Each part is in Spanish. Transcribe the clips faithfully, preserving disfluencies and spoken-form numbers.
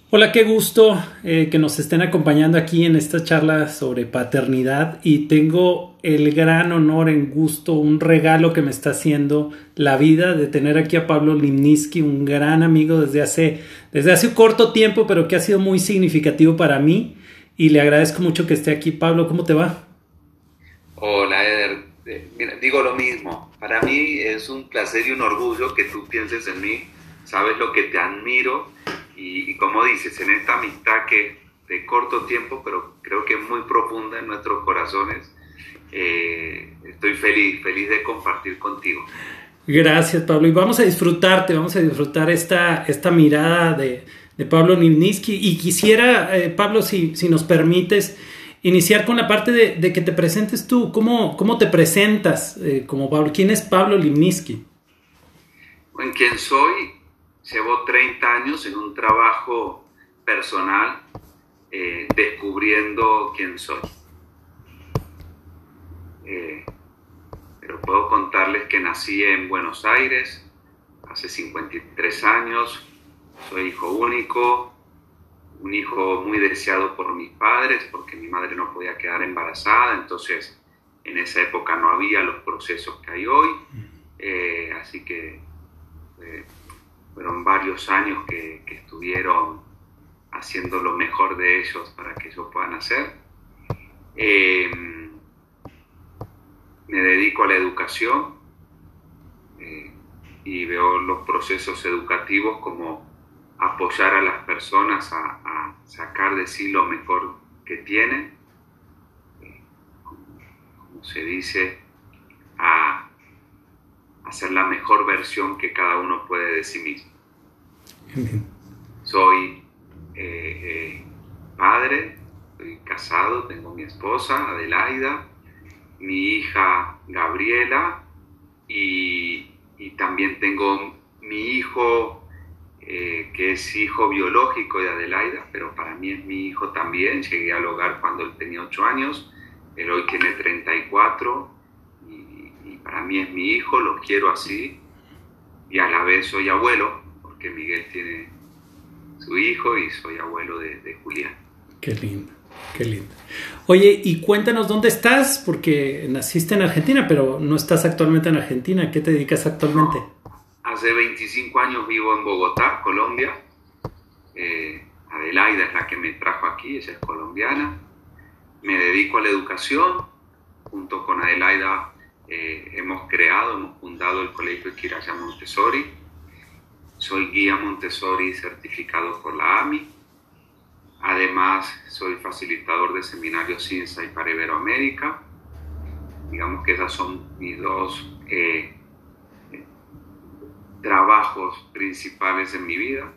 Hola, qué gusto eh, que nos estén acompañando aquí en esta charla sobre paternidad y tengo el gran honor, en gusto, un regalo que me está haciendo la vida de tener aquí a Pablo Lipnicki, un gran amigo desde hace, desde hace un corto tiempo, pero que ha sido muy significativo para mí y le agradezco mucho que esté aquí. Pablo, ¿cómo te va? Hola, Eder. Eh, mira, digo lo mismo. Para mí es un placer y un orgullo que tú pienses en mí. Sabes lo que te admiro y, y como dices, en esta amistad que de corto tiempo, pero creo que es muy profunda en nuestros corazones, eh, estoy feliz, feliz de compartir contigo. Gracias, Pablo. Y vamos a disfrutarte, vamos a disfrutar esta, esta mirada de, de Pablo Lipnicki. Y quisiera, eh, Pablo, si, si nos permites, iniciar con la parte de, de que te presentes tú. ¿Cómo, cómo te presentas eh, como Pablo? ¿Quién es Pablo Lipnicki? En quién soy, llevo treinta años en un trabajo personal eh, descubriendo quién soy. Eh, pero puedo contarles que nací en Buenos Aires hace cincuenta y tres años, soy hijo único, un hijo muy deseado por mis padres porque mi madre no podía quedar embarazada, entonces en esa época no había los procesos que hay hoy, eh, así que eh, fueron varios años que, que estuvieron haciendo lo mejor de ellos para que ellos puedan hacer. Eh, me dedico a la educación eh, y veo los procesos educativos como apoyar a las personas a, a sacar de sí lo mejor que tienen, eh, como, como se dice, a hacer la mejor versión que cada uno puede de sí mismo. Soy eh, eh, padre, estoy casado, tengo mi esposa, Adelaida, mi hija Gabriela y, y también tengo mi hijo eh, que es hijo biológico de Adelaida, pero para mí es mi hijo también. Llegué al hogar cuando él tenía ocho años, él hoy tiene treinta y cuatro y, y para mí es mi hijo, lo quiero así y a la vez soy abuelo porque Miguel tiene su hijo y soy abuelo de, de Julián. Qué lindo, qué lindo. Oye, y cuéntanos dónde estás, porque naciste en Argentina, pero no estás actualmente en Argentina. ¿A qué te dedicas actualmente? No, hace veinticinco años vivo en Bogotá, Colombia. Eh, Adelaida es la que me trajo aquí, ella es colombiana. Me dedico a la educación. Junto con Adelaida eh, hemos creado, hemos fundado el Colegio Quiraya Montessori. Soy guía Montessori certificado por la A M I. Además, soy facilitador de seminarios INSAIT para Iberoamérica. Digamos que esas son mis dos eh, trabajos principales en mi vida.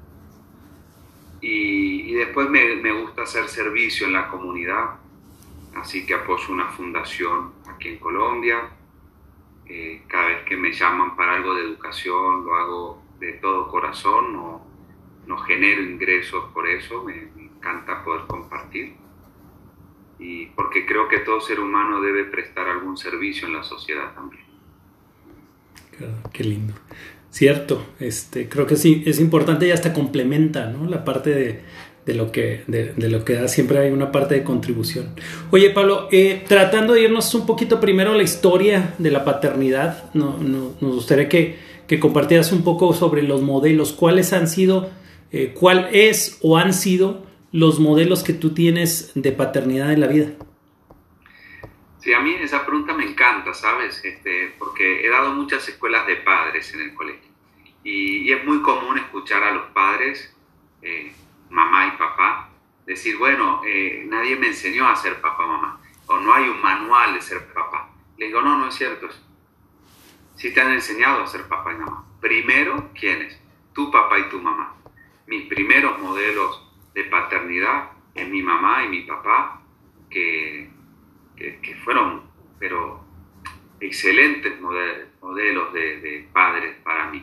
Y, y después me, me gusta hacer servicio en la comunidad, así que apoyo una fundación aquí en Colombia. Eh, cada vez que me llaman para algo de educación lo hago de todo corazón, no, no genero ingresos por eso, me, me encanta poder compartir. Y porque creo que todo ser humano debe prestar algún servicio en la sociedad también. Claro, qué lindo. Cierto, este, creo que sí, es importante y hasta complementa, ¿no? La parte de, de lo que, de, de lo que da, siempre hay una parte de contribución. Oye, Pablo, eh, tratando de irnos un poquito primero a la historia de la paternidad, no, no, nos gustaría que, que compartieras un poco sobre los modelos, cuáles han sido, eh, cuál es o han sido los modelos que tú tienes de paternidad en la vida. Sí, a mí esa pregunta me encanta, ¿sabes? Este, porque he dado muchas escuelas de padres en el colegio. Y, y es muy común escuchar a los padres, eh, mamá y papá, decir, bueno, eh, nadie me enseñó a ser papá, mamá. O no hay un manual de ser papá. Le digo, no, no es cierto eso. Sí te han enseñado a ser papá y mamá. Primero, ¿quiénes? Tu papá y tu mamá. Mis primeros modelos de paternidad es mi mamá y mi papá, que... Que, que fueron, pero excelentes modelos, modelos de, de padres para mí.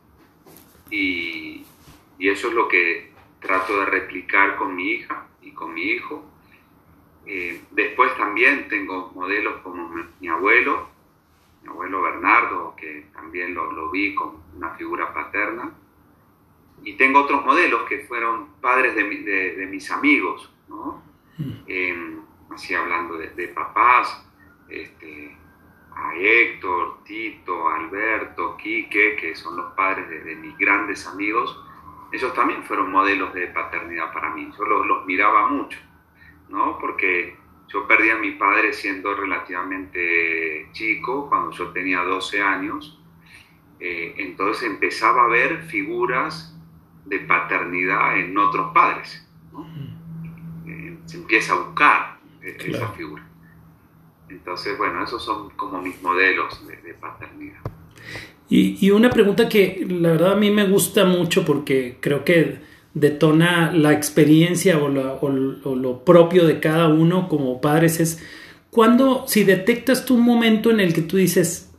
Y, y eso es lo que trato de replicar con mi hija y con mi hijo. Eh, después también tengo modelos como mi, mi abuelo, mi abuelo Bernardo, que también lo, lo vi como una figura paterna. y tengo otros modelos que fueron padres de, de, de mis amigos, ¿no? Mm. Eh, así hablando de, de papás, este, a Héctor, Tito, Alberto, Quique, que son los padres de, de mis grandes amigos. Ellos también fueron modelos de paternidad para mí. Yo los, los miraba mucho, ¿no? Porque yo perdí a mi padre siendo relativamente chico, cuando yo tenía doce años. Eh, entonces empezaba a ver figuras de paternidad en otros padres, ¿no? Eh, se empieza a buscar eh, claro. esa figura. Entonces, bueno, esos son como mis modelos de, de paternidad. Y, y una pregunta que la verdad a mí me gusta mucho porque creo que detona la experiencia o, la, o, o lo propio de cada uno como padres es cuando, si detectas tú un momento en el que tú dices,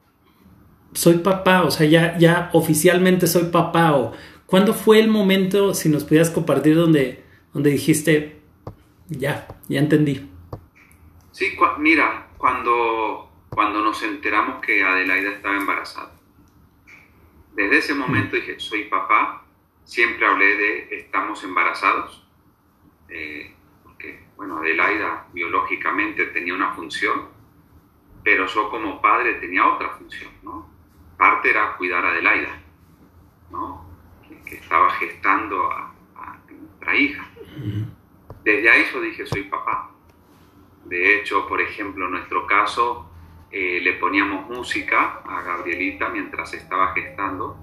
soy papá, o sea, ya, ya oficialmente soy papá, o ¿cuándo fue el momento, si nos pudieras compartir, donde, donde dijiste, ya, ya entendí? Sí, cu- mira, cuando, cuando nos enteramos que Adelaida estaba embarazada. Desde ese momento dije, soy papá. Siempre hablé de estamos embarazados. Eh, porque, bueno, Adelaida biológicamente tenía una función, pero yo como padre tenía otra función, ¿no? Parte era cuidar a Adelaida, ¿no? Que, que estaba gestando a, a nuestra hija. Desde ahí yo dije, soy papá. De hecho, por ejemplo, en nuestro caso, eh, le poníamos música a Gabrielita mientras estaba gestando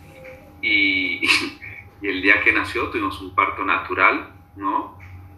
y, y el día que nació tuvimos un parto natural, ¿no?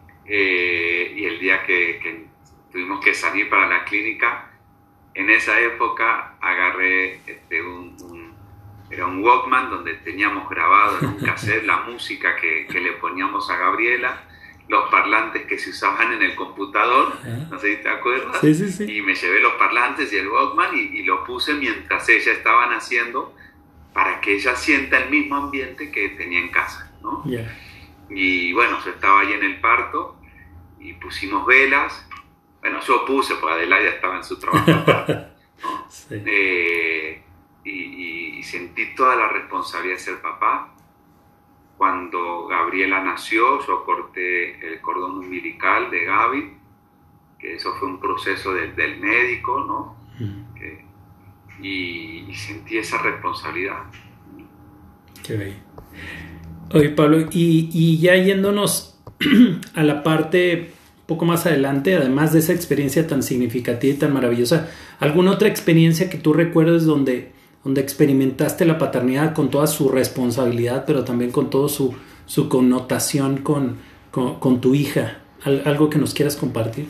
Eh, y el día que, que tuvimos que salir para la clínica, en esa época agarré este, un, un, era un Walkman donde teníamos grabado en un cassette la música que, que le poníamos a Gabriela, los parlantes que se usaban en el computador, no sé si te acuerdas, sí, sí, sí. Y me llevé los parlantes y el Walkman y, y lo puse mientras ella estaba naciendo para que ella sienta el mismo ambiente que tenía en casa, ¿no? Yeah. Y bueno, yo estaba ahí en el parto y pusimos velas, bueno, yo puse porque Adelaida estaba en su trabajo, ¿no? Sí. eh, y, y, y sentí toda la responsabilidad de ser papá. Cuando Gabriela nació, yo corté el cordón umbilical de Gaby, que eso fue un proceso de, del médico, ¿no? Mm. Que, y, y sentí esa responsabilidad. Qué bello. Oye, Pablo, y, y ya yéndonos a la parte un poco más adelante, además de esa experiencia tan significativa y tan maravillosa, ¿alguna otra experiencia que tú recuerdes donde... donde experimentaste la paternidad con toda su responsabilidad, pero también con toda su, su connotación con, con, con tu hija? ¿Al, ¿Algo que nos quieras compartir?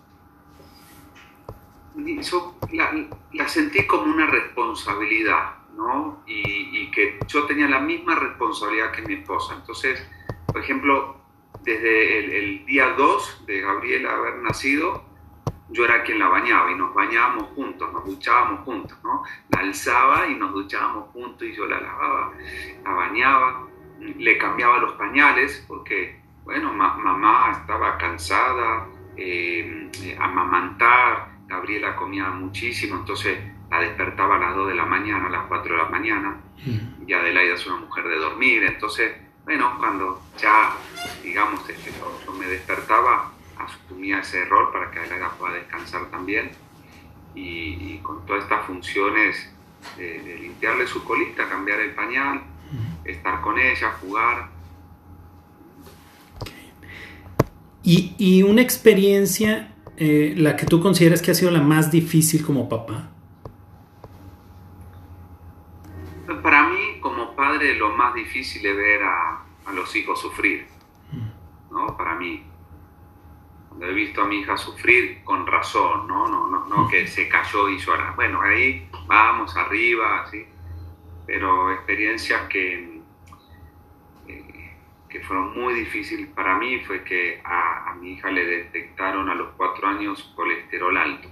Yo la, la sentí como una responsabilidad, ¿no? Y, y que yo tenía la misma responsabilidad que mi esposa. Entonces, por ejemplo, desde el, el día dos de Gabriela haber nacido, yo era quien la bañaba y nos bañábamos juntos, nos duchábamos juntos, ¿no? La alzaba y nos duchábamos juntos y yo la lavaba, la bañaba, le cambiaba los pañales porque, bueno, ma- mamá estaba cansada, eh, eh, amamantar, Gabriela comía muchísimo, entonces la despertaba a las dos de la mañana, a las cuatro de la mañana, y Adelaida es una mujer de dormir, entonces, bueno, cuando ya, digamos, este, yo, yo me despertaba, asumía ese rol para que Adelaida pueda descansar también y, y con todas estas funciones de, de limpiarle su colita, cambiar el pañal, estar con ella, jugar. ¿Y, y una experiencia, eh, la que tú consideras que ha sido la más difícil como papá? Para mí, como padre, lo más difícil es ver a, a los hijos sufrir, ¿no? Para mí. He visto a mi hija sufrir con razón, ¿no? No, no, no que se cayó y llora. Bueno, ahí vamos arriba, ¿sí? Pero experiencias que, eh, que fueron muy difíciles para mí fue que a, a mi hija le detectaron a los cuatro años colesterol alto.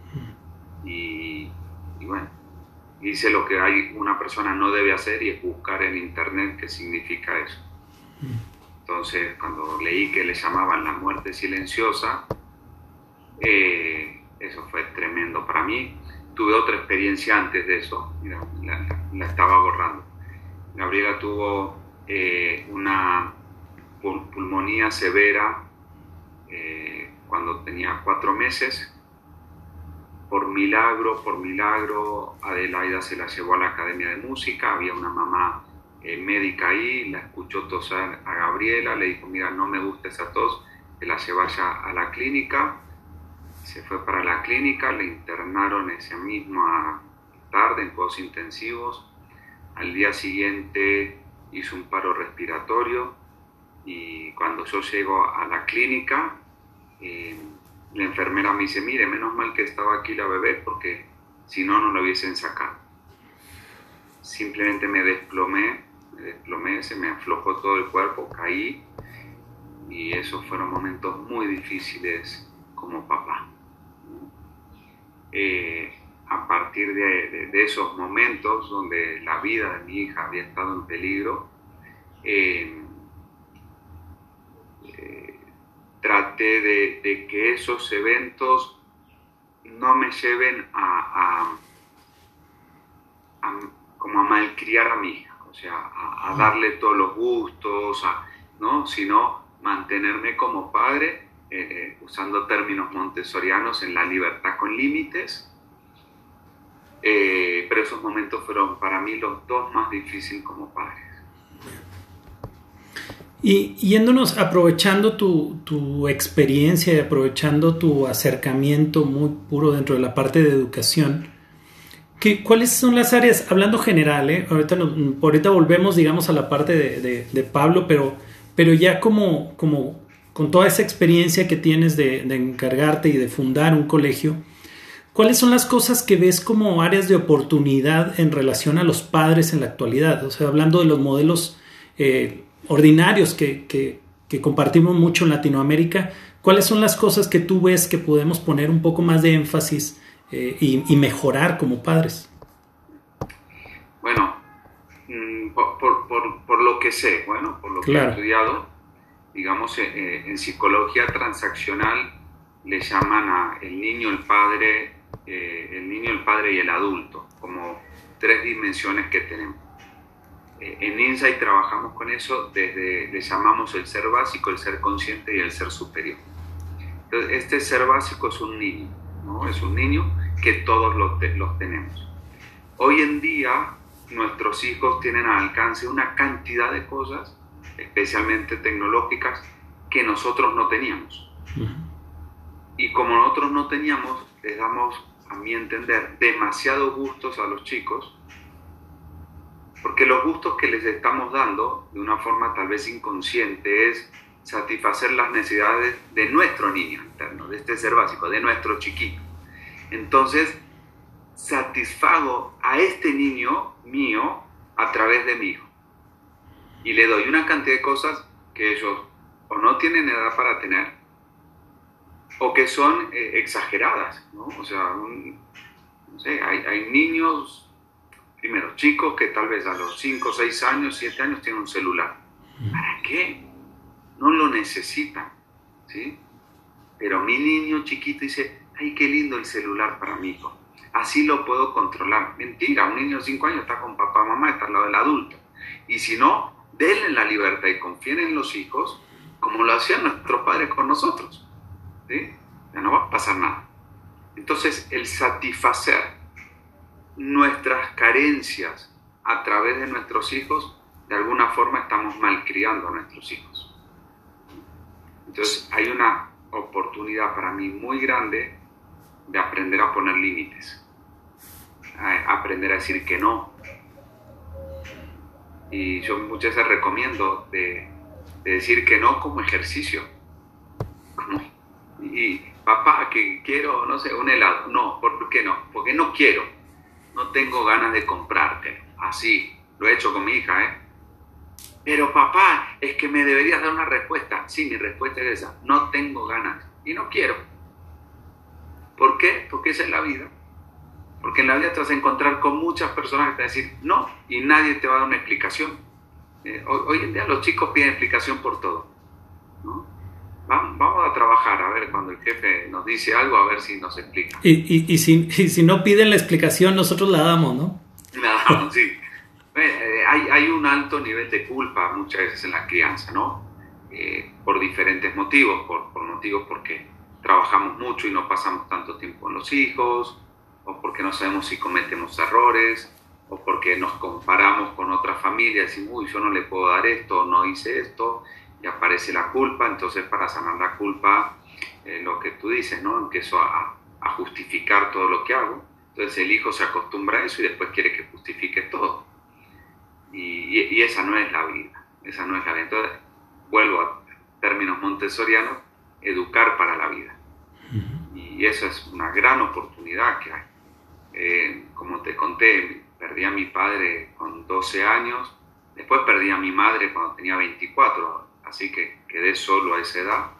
Y, y bueno, hice lo que hay, una persona no debe hacer y es buscar en internet qué significa eso. Entonces, cuando leí que le llamaban la muerte silenciosa, eh, eso fue tremendo para mí. Tuve otra experiencia antes de eso, mira, la, la, la estaba borrando. Gabriela tuvo eh, una pul- pulmonía severa eh, cuando tenía cuatro meses. Por milagro, por milagro, Adelaida se la llevó a la Academia de Música, había una mamá eh, médica ahí, la escuchó toser a Gabriela, le dijo, mira, no me gusta esa tos, que la llevaya a la clínica. Se fue para la clínica, le internaron esa misma tarde en cuidados intensivos. Al día siguiente hizo un paro respiratorio y cuando yo llego a la clínica, eh, la enfermera me dice, mire, menos mal que estaba aquí la bebé porque si no, no la hubiesen sacado. Simplemente me desplomé, me desplomé, se me aflojó todo el cuerpo, caí y esos fueron momentos muy difíciles como papá. Eh, a partir de, de, de esos momentos donde la vida de mi hija había estado en peligro, eh, eh, traté de, de que esos eventos no me lleven a, a, a como a malcriar a mi hija, o sea, a, a darle todos los gustos, a, ¿no? Sino mantenerme como padre, eh, eh, usando términos montessorianos, en la libertad con límites. Eh, pero esos momentos fueron para mí los dos más difíciles como padres. Y yéndonos, aprovechando tu, tu experiencia y aprovechando tu acercamiento muy puro dentro de la parte de educación, ¿qué, ¿cuáles son las áreas, hablando general, eh? ahorita, nos, ahorita volvemos, digamos, a la parte de, de, de Pablo, pero, pero ya como, como con toda esa experiencia que tienes de, de encargarte y de fundar un colegio, ¿cuáles son las cosas que ves como áreas de oportunidad en relación a los padres en la actualidad? O sea, hablando de los modelos eh, ordinarios que, que, que compartimos mucho en Latinoamérica, ¿cuáles son las cosas que tú ves que podemos poner un poco más de énfasis eh, y, y mejorar como padres? Bueno, por, por, por, por lo que sé, bueno, por lo claro. que he estudiado, digamos, eh, en psicología transaccional le llaman a el niño, el padre, eh, el niño, el padre y el adulto, como tres dimensiones que tenemos. En Insight trabajamos con eso desde, le llamamos el ser básico, el ser consciente y el ser superior. Entonces, este ser básico es un niño, ¿no? Es un niño que todos los, los tenemos. Hoy en día, nuestros hijos tienen al alcance una cantidad de cosas, especialmente tecnológicas, que nosotros no teníamos. Uh-huh. Y como nosotros no teníamos, les damos, a mi entender, demasiados gustos a los chicos, porque los gustos que les estamos dando, de una forma tal vez inconsciente, es satisfacer las necesidades de nuestro niño interno, de este ser básico, de nuestro chiquito. Entonces, satisfago a este niño mío a través de mi hijo. Y le doy una cantidad de cosas que ellos o no tienen edad para tener, o que son eh, exageradas, ¿no? O sea, un, no sé, hay, hay niños... Primero, chicos que tal vez a los cinco, seis años, siete años tienen un celular. ¿Para qué? No lo necesitan, ¿sí? Pero mi niño chiquito dice, ay, qué lindo el celular para mi hijo. Así lo puedo controlar. Mentira, un niño de cinco años está con papá, mamá, está al lado del adulto. Y si no, denle la libertad y confíen en los hijos como lo hacían nuestros padres con nosotros, ¿sí? Ya no va a pasar nada. Entonces, el satisfacer nuestras carencias a través de nuestros hijos, de alguna forma estamos malcriando a nuestros hijos. Entonces hay una oportunidad para mí muy grande de aprender a poner límites, a aprender a decir que no. Y yo muchas veces recomiendo de, de decir que no como ejercicio. Como, y papá, que quiero, no sé, un helado. No, ¿por qué no? Porque no quiero. No tengo ganas de comprarte. Así, lo he hecho con mi hija, ¿eh? Pero papá, es que me deberías dar una respuesta. Sí, mi respuesta es esa. No tengo ganas y no quiero. ¿Por qué? Porque esa es la vida. Porque en la vida te vas a encontrar con muchas personas que te van a decir no y nadie te va a dar una explicación. Eh, hoy, hoy en día los chicos piden explicación por todo, ¿no? Vamos, vamos a trabajar, a ver, cuando el jefe nos dice algo, a ver si nos explica. Y, y, y, si, y si no piden la explicación, nosotros la damos, ¿no? La damos, sí. Eh, hay, hay un alto nivel de culpa muchas veces en la crianza, ¿no? Eh, por diferentes motivos, por, por motivos porque trabajamos mucho y no pasamos tanto tiempo con los hijos, o porque no sabemos si cometemos errores, o porque nos comparamos con otras familias y decimos, uy, yo no le puedo dar esto, no hice esto, y aparece la culpa. Entonces, para sanar la culpa, eh, lo que tú dices, ¿no? Empiezo a, a justificar todo lo que hago. Entonces el hijo se acostumbra a eso y después quiere que justifique todo. Y, y, y esa no es la vida, esa no es la vida. Entonces, vuelvo a términos montessorianos, educar para la vida. Y eso es una gran oportunidad que hay. Eh, como te conté, perdí a mi padre con doce años, después perdí a mi madre cuando tenía veinticuatro, así que quedé solo a esa edad.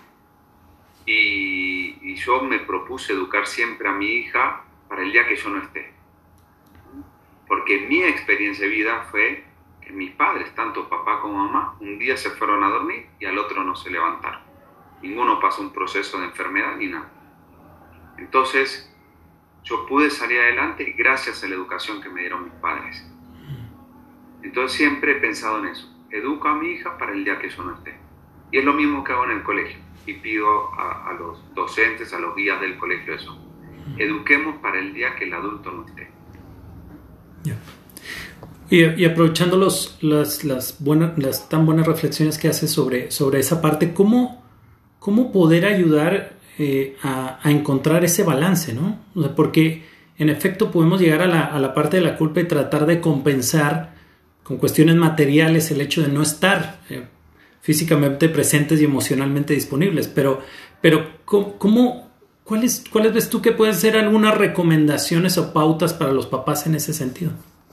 Y, y yo me propuse educar siempre a mi hija para el día que yo no esté. Porque mi experiencia de vida fue que mis padres, tanto papá como mamá, un día se fueron a dormir y al otro no se levantaron. Ninguno pasó un proceso de enfermedad ni nada. Entonces, yo pude salir adelante gracias a la educación que me dieron mis padres. Entonces siempre he pensado en eso. Educo a mi hija para el día que yo no esté. Y es lo mismo que hago en el colegio. Y pido a, a los docentes, a los guías del colegio eso. Eduquemos para el día que el adulto no esté. Yeah. Y, y aprovechando los, las, las, buenas, las tan buenas reflexiones que haces sobre, sobre esa parte, ¿cómo, cómo poder ayudar eh, a, a encontrar ese balance, ¿no? O sea, porque en efecto podemos llegar a la, a la parte de la culpa y tratar de compensar con cuestiones materiales el hecho de no estar eh, físicamente presentes y emocionalmente disponibles, pero, pero ¿cómo, cómo, cuáles, ¿cuáles ves tú que pueden ser algunas recomendaciones o pautas para los papás en ese sentido?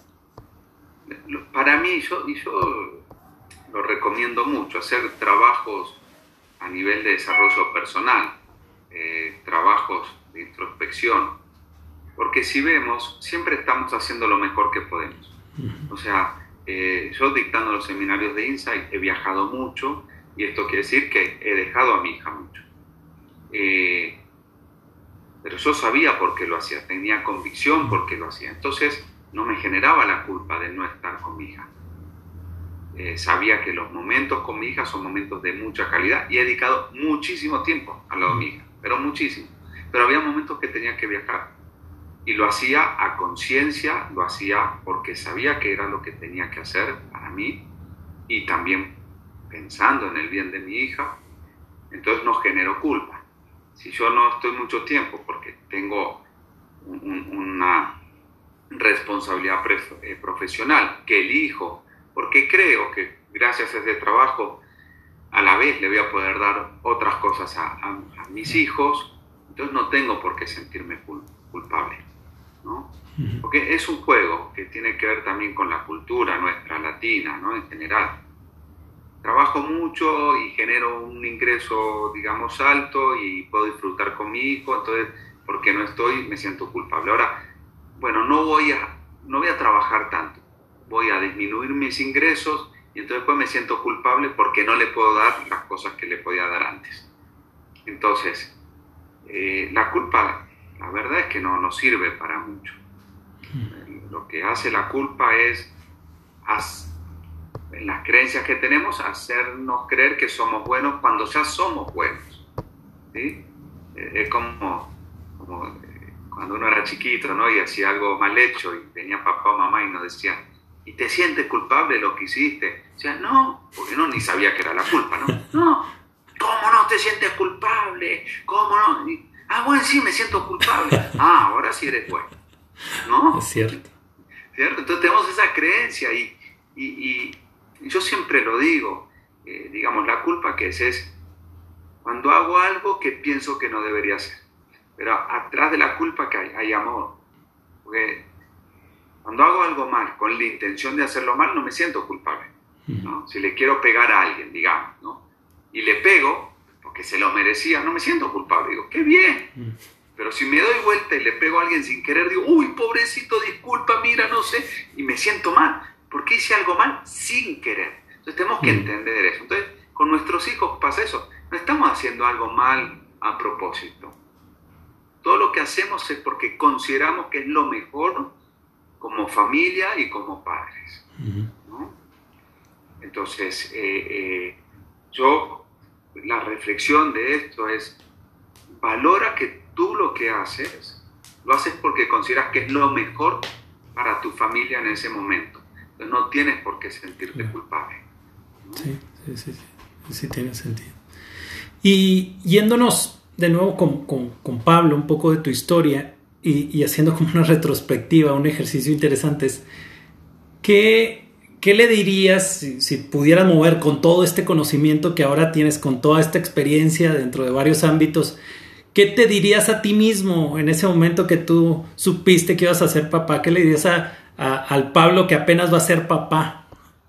Para mí, yo, y yo lo recomiendo mucho, hacer trabajos a nivel de desarrollo personal, eh, trabajos de introspección, porque si vemos, siempre estamos haciendo lo mejor que podemos. O sea, eh, yo dictando los seminarios de Insight he viajado mucho, y esto quiere decir que he dejado a mi hija mucho. Eh, pero yo sabía por qué lo hacía, tenía convicción por qué lo hacía. Entonces, no me generaba la culpa de no estar con mi hija. Eh, sabía que los momentos con mi hija son momentos de mucha calidad y he dedicado muchísimo tiempo al lado de mi hija, pero muchísimo. Pero había momentos que tenía que viajar y lo hacía a conciencia, lo hacía porque sabía que era lo que tenía que hacer para mí y también pensando en el bien de mi hija. Entonces no genero culpa. Si yo no estoy mucho tiempo porque tengo un, un, una responsabilidad pre, eh, profesional que elijo, porque creo que gracias a ese trabajo a la vez le voy a poder dar otras cosas a, a, a mis hijos, entonces no tengo por qué sentirme cul, culpable, ¿no? Porque es un juego que tiene que ver también con la cultura nuestra latina, ¿no? En general. Trabajo mucho y genero un ingreso, digamos, alto y puedo disfrutar con mi hijo, entonces porque no estoy me siento culpable. Ahora, bueno, no voy a, no voy a trabajar tanto, voy a disminuir mis ingresos y entonces después me siento culpable porque no le puedo dar las cosas que le podía dar antes. Entonces, eh, la culpa, la verdad es que no nos sirve para mucho. Lo que hace la culpa es, en las creencias que tenemos, hacernos creer que somos buenos cuando ya somos buenos, ¿sí? Es como... como cuando uno era chiquito, ¿no? Y hacía algo mal hecho y venía papá o mamá y nos decían, ¿y te sientes culpable de lo que hiciste? O sea, no, porque no, ni sabía que era la culpa, ¿no? No, ¿cómo no te sientes culpable? ¿Cómo no? Y, ah, bueno, sí, me siento culpable. Ah, ahora sí eres bueno, ¿no? Es cierto. ¿Cierto? Entonces tenemos esa creencia y, y, y yo siempre lo digo, eh, digamos, la culpa que es, es cuando hago algo que pienso que no debería hacer. Pero atrás de la culpa que hay, hay amor. Porque cuando hago algo mal, con la intención de hacerlo mal, no me siento culpable, ¿no? Si le quiero pegar a alguien, digamos, ¿no? Y le pego, porque se lo merecía, no me siento culpable. Digo, ¡qué bien! Pero si me doy vuelta y le pego a alguien sin querer, digo, ¡uy, pobrecito, disculpa, mira, no sé! Y me siento mal, porque hice algo mal sin querer. Entonces tenemos que entender eso. Entonces, con nuestros hijos pasa eso. No estamos haciendo algo mal a propósito. Todo lo que hacemos es porque consideramos que es lo mejor como familia y como padres. ¿no? Entonces, eh, eh, yo, la reflexión de esto es, valora que tú lo que haces, lo haces porque consideras que es lo mejor para tu familia en ese momento. Entonces no tienes por qué sentirte culpable, ¿no? Sí, sí, sí, sí, sí tiene sentido. Y yéndonos de nuevo con, con, con Pablo, un poco de tu historia y, y haciendo como una retrospectiva, un ejercicio interesante es, ¿qué, qué le dirías si, si pudieras mover con todo este conocimiento que ahora tienes, con toda esta experiencia dentro de varios ámbitos? ¿Qué te dirías a ti mismo en ese momento que tú supiste que ibas a ser papá? ¿Qué le dirías a, a, al Pablo que apenas va a ser papá?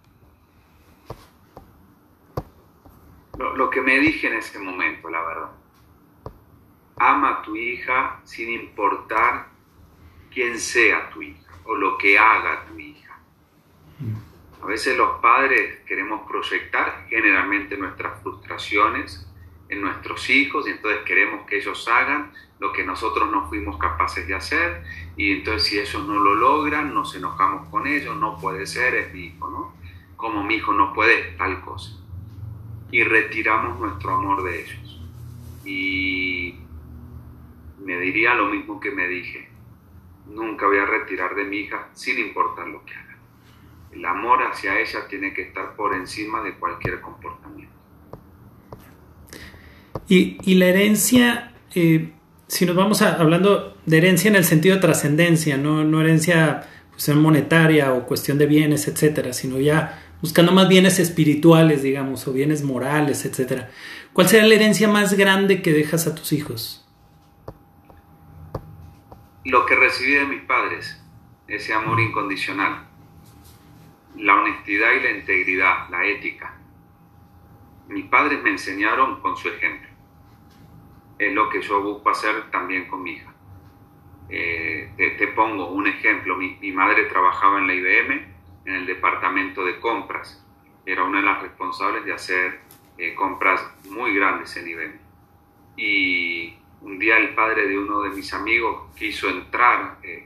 Lo, lo que me dije en ese momento, la verdad. Ama a tu hija sin importar quién sea tu hija o lo que haga tu hija. A veces los padres queremos proyectar generalmente nuestras frustraciones en nuestros hijos y entonces queremos que ellos hagan lo que nosotros no fuimos capaces de hacer y entonces si ellos no lo logran nos enojamos con ellos, no puede ser, es mi hijo, ¿no? Como mi hijo no puede tal cosa y retiramos nuestro amor de ellos. Y me diría lo mismo que me dije, nunca voy a retirar de mi hija sin importar lo que haga. El amor hacia ella tiene que estar por encima de cualquier comportamiento. Y, y la herencia, eh, si nos vamos a, hablando de herencia en el sentido de trascendencia, no, no herencia pues, monetaria o cuestión de bienes, etcétera, sino ya buscando más bienes espirituales, digamos, o bienes morales, etcétera. ¿Cuál sería la herencia más grande que dejas a tus hijos? Lo que recibí de mis padres, ese amor incondicional, la honestidad y la integridad, la ética. Mis padres me enseñaron con su ejemplo. Es lo que yo busco hacer también con mi hija. Eh, te, te pongo un ejemplo. Mi, mi madre trabajaba en la I B M, en el departamento de compras. Era una de las responsables de hacer eh, compras muy grandes en I B M. Y un día el padre de uno de mis amigos quiso entrar eh,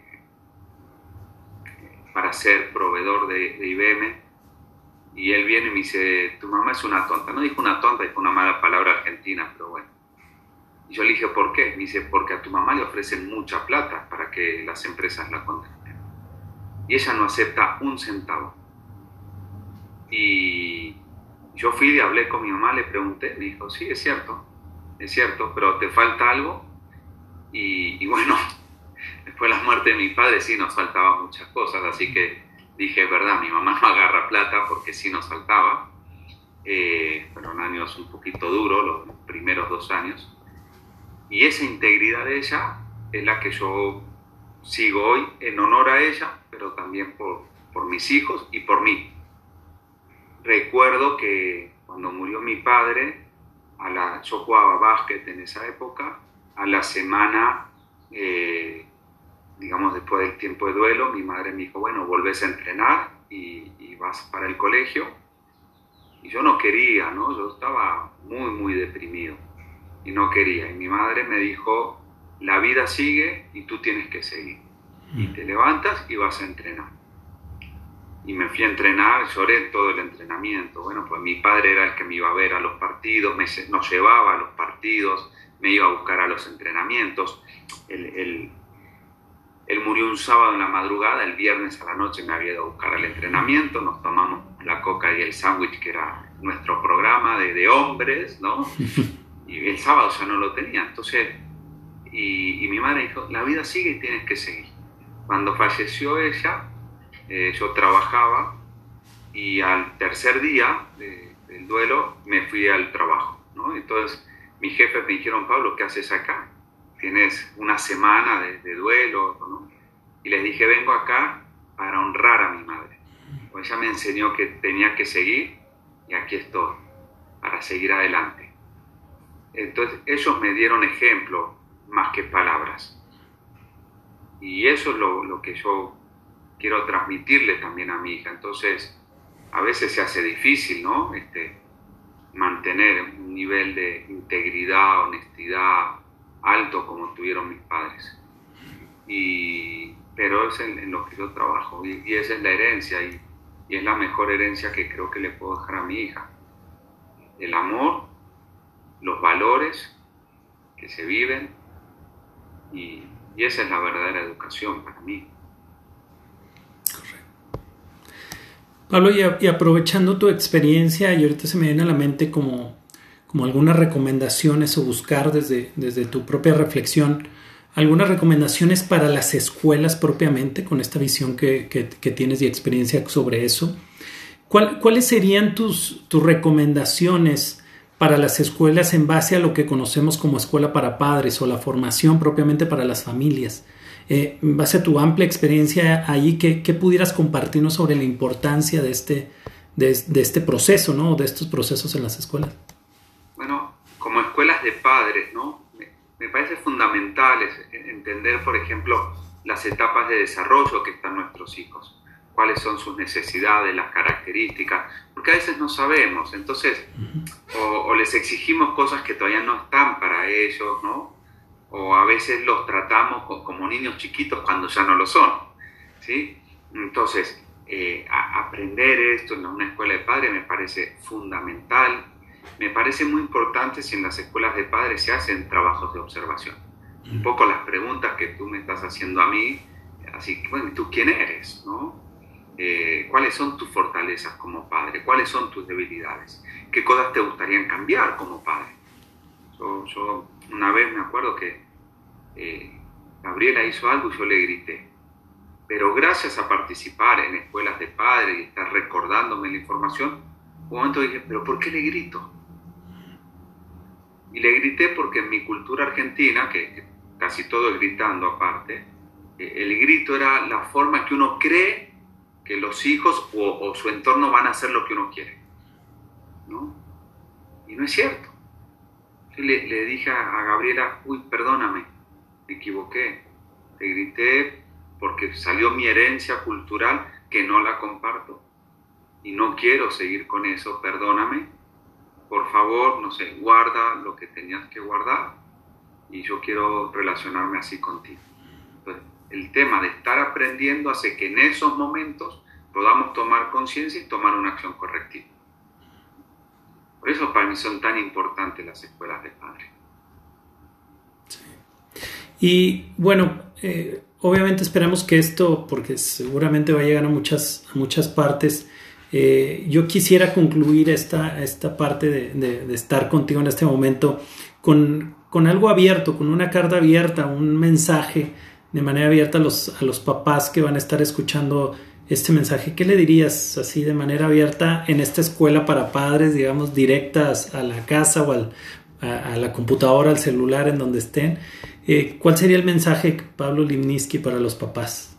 para ser proveedor de, de I B M. Y él viene y me dice, tu mamá es una tonta. No dijo una tonta, dijo una mala palabra argentina, pero bueno. Y yo le dije, ¿por qué? Me dice, porque a tu mamá le ofrecen mucha plata para que las empresas la contraten. Y ella no acepta un centavo. Y yo fui y hablé con mi mamá, le pregunté, me dijo, sí, es cierto, es cierto, pero ¿te falta algo? Y, y bueno, después de la muerte de mi padre sí nos faltaban muchas cosas, así que dije, es verdad, mi mamá no agarra plata porque sí nos faltaba. Eh, fueron años un poquito duros, los primeros dos años. Y esa integridad de ella es la que yo sigo hoy en honor a ella, pero también por, por mis hijos y por mí. Recuerdo que cuando murió mi padre, a la, yo jugaba básquet en esa época, a la semana, eh, digamos después del tiempo de duelo, mi madre me dijo, bueno, volvés a entrenar y, y vas para el colegio. Y yo no quería, ¿no? Yo estaba muy, muy deprimido. Y no quería. Y mi madre me dijo, la vida sigue y tú tienes que seguir. Y te levantas y vas a entrenar. Y me fui a entrenar, lloré todo el entrenamiento. Bueno, pues mi padre era el que me iba a ver a los partidos, me, nos llevaba a los partidos, me iba a buscar a los entrenamientos. Él, él, él murió un sábado en la madrugada, el viernes a la noche me había ido a buscar al entrenamiento, nos tomamos la coca y el sándwich, que era nuestro programa de, de hombres, ¿no? Y el sábado ya no lo tenía, entonces, y, y mi madre dijo, la vida sigue y tienes que seguir. Cuando falleció ella, eh, yo trabajaba y al tercer día de, del duelo me fui al trabajo, ¿no? Entonces mis jefes me dijeron, Pablo, ¿qué haces acá? Tienes una semana de, de duelo, ¿no? Y les dije, vengo acá para honrar a mi madre. Pues ella me enseñó que tenía que seguir y aquí estoy, para seguir adelante. Entonces ellos me dieron ejemplo más que palabras. Y eso es lo, lo que yo quiero transmitirle también a mi hija. Entonces a veces se hace difícil, ¿no? Este, mantener un nivel de integridad, honestidad alto como tuvieron mis padres. Y, pero es en, en lo que yo trabajo y, y esa es la herencia. Y, y es la mejor herencia que creo que le puedo dejar a mi hija. El amor, los valores que se viven, y, y esa es la verdadera educación para mí. Pablo, y, a, y aprovechando tu experiencia, y ahorita se me viene a la mente como, como algunas recomendaciones o buscar desde, desde tu propia reflexión, algunas recomendaciones para las escuelas propiamente, con esta visión que, que, que tienes y experiencia sobre eso. ¿Cuál, ¿Cuáles serían tus, tus recomendaciones para las escuelas en base a lo que conocemos como escuela para padres o la formación propiamente para las familias? Eh, en base a tu amplia experiencia ahí, ¿qué, qué pudieras compartirnos sobre la importancia de este, de, de este proceso, ¿no? De estos procesos en las escuelas. Bueno, como escuelas de padres, ¿no? Me, me parece fundamental entender, por ejemplo, las etapas de desarrollo que están nuestros hijos, cuáles son sus necesidades, las características, porque a veces no sabemos, entonces uh-huh. o, o les exigimos cosas que todavía no están para ellos, ¿no? O a veces los tratamos como niños chiquitos cuando ya no lo son, ¿sí? Entonces, eh, a aprender esto en una escuela de padres me parece fundamental. Me parece muy importante si en las escuelas de padres se hacen trabajos de observación. Un poco las preguntas que tú me estás haciendo a mí, así que, bueno, ¿tú quién eres, no? Eh, ¿Cuáles son tus fortalezas como padre? ¿Cuáles son tus debilidades? ¿Qué cosas te gustarían cambiar como padre? Yo, yo una vez me acuerdo que eh, Gabriela hizo algo y yo le grité. Pero gracias a participar en escuelas de padres y estar recordándome la información, un momento dije, ¿pero por qué le grito? Y le grité porque en mi cultura argentina, que, que casi todo es gritando aparte, eh, el grito era la forma que uno cree que los hijos o, o su entorno van a hacer lo que uno quiere, ¿no? Y no es cierto. Yo le, le dije a, a Gabriela, uy, perdóname, me equivoqué, te grité porque salió mi herencia cultural que no la comparto y no quiero seguir con eso, perdóname, por favor, no sé, guarda lo que tenías que guardar y yo quiero relacionarme así contigo. Entonces, el tema de estar aprendiendo hace que en esos momentos podamos tomar conciencia y tomar una acción correctiva. Por eso para mí son tan importantes las escuelas de padres. Sí. Y bueno, eh, obviamente esperamos que esto, porque seguramente va a llegar a muchas, a muchas partes, eh, yo quisiera concluir esta, esta parte de, de, de estar contigo en este momento con, con algo abierto, con una carta abierta, un mensaje de manera abierta a los, a los papás que van a estar escuchando este mensaje. ¿Qué le dirías así de manera abierta en esta escuela para padres, digamos, directas a la casa o al, a, a la computadora, al celular, en donde estén? Eh, ¿Cuál sería el mensaje, Pablo Lipnitsky, para los papás?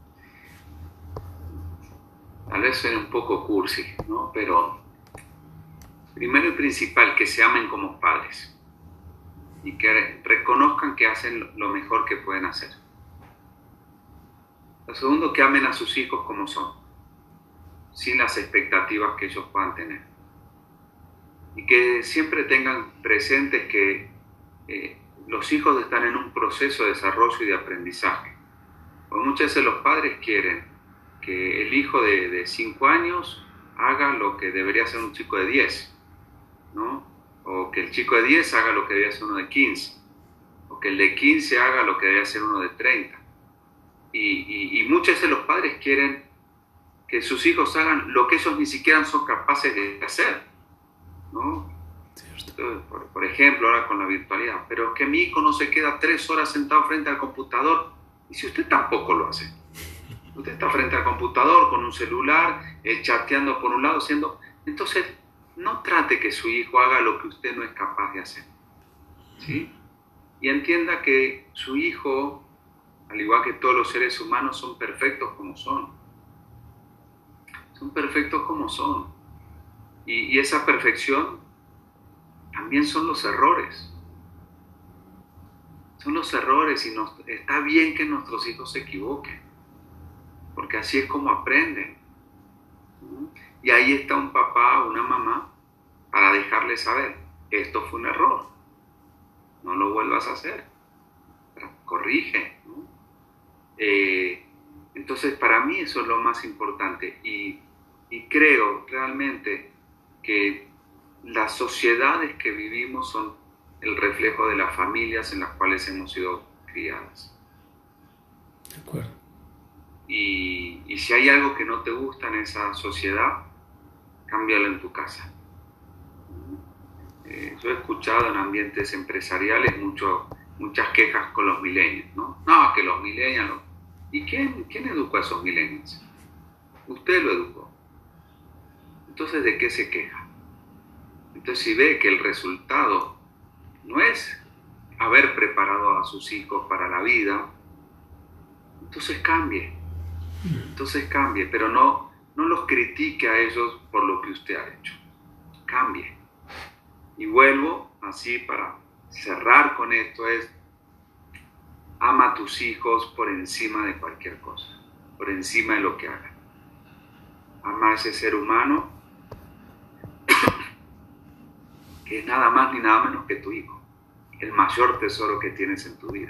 Tal vez suene un poco cursi, ¿no? Pero primero y principal, que se amen como padres y que reconozcan que hacen lo mejor que pueden hacer. Lo segundo, que amen a sus hijos como son, sin las expectativas que ellos puedan tener. Y que siempre tengan presentes que eh, los hijos están en un proceso de desarrollo y de aprendizaje. Porque muchas veces los padres quieren que el hijo de cinco años haga lo que debería hacer un chico de diez, ¿no? O que el chico de diez haga lo que debería hacer uno de quince, o que el de quince haga lo que debería hacer uno de treinta. Y, y, y muchas veces los padres quieren que sus hijos hagan lo que ellos ni siquiera son capaces de hacer, ¿no? Entonces, por, por ejemplo, ahora con la virtualidad, pero que mi hijo no se queda tres horas sentado frente al computador, y si usted tampoco lo hace. Usted está frente al computador con un celular, eh, chateando por un lado, haciendo... Entonces, no trate que su hijo haga lo que usted no es capaz de hacer, ¿sí? Y entienda que su hijo, al igual que todos los seres humanos, son perfectos como son. Son perfectos como son. Y, y esa perfección también son los errores. Son los errores y nos, está bien que nuestros hijos se equivoquen, porque así es como aprenden. Y ahí está un papá o una mamá para dejarles saber, esto fue un error, no lo vuelvas a hacer, corrige, ¿no? Eh, entonces para mí eso es lo más importante. Y, y creo realmente que las sociedades que vivimos son el reflejo de las familias en las cuales hemos sido criadas. De acuerdo. Y, y si hay algo que no te gusta en esa sociedad, cámbialo en tu casa. Eh, yo he escuchado en ambientes empresariales mucho, muchas quejas con los millennials, ¿no? No, que los millennials... ¿Y quién, quién educó a esos millennials? Usted lo educó. Entonces, ¿de qué se queja? Entonces, si ve que el resultado no es haber preparado a sus hijos para la vida, entonces cambie. Entonces cambie, pero no, no los critique a ellos por lo que usted ha hecho. Cambie. Y vuelvo así para cerrar con esto, es ama a tus hijos por encima de cualquier cosa, por encima de lo que hagan. Ama a ese ser humano que es nada más ni nada menos que tu hijo, el mayor tesoro que tienes en tu vida.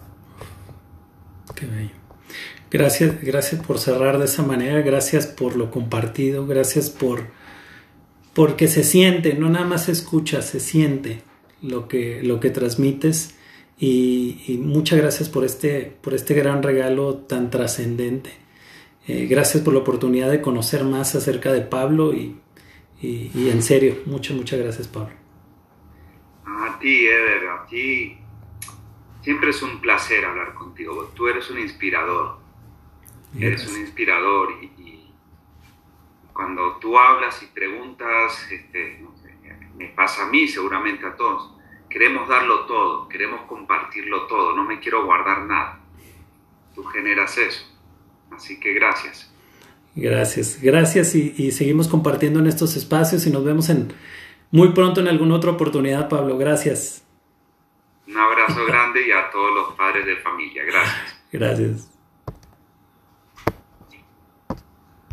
Qué bello. Gracias, gracias por cerrar de esa manera, gracias por lo compartido, gracias por porque se siente, no nada más se escucha, se siente lo que, lo que transmites y, y muchas gracias por este, por este gran regalo tan trascendente. Eh, gracias por la oportunidad de conocer más acerca de Pablo y, y, y en serio, muchas, muchas gracias, Pablo. A ti, Eder, a ti. Siempre es un placer hablar contigo. Tú eres un inspirador. Eres gracias. Un inspirador y, y cuando tú hablas y preguntas, este, no sé, me pasa a mí, seguramente a todos. Queremos darlo todo, queremos compartirlo todo, no me quiero guardar nada. Tú generas eso. Así que gracias. Gracias, gracias y, y seguimos compartiendo en estos espacios y nos vemos en muy pronto en alguna otra oportunidad, Pablo. Gracias. Un abrazo grande y a todos los padres de familia. Gracias. Gracias.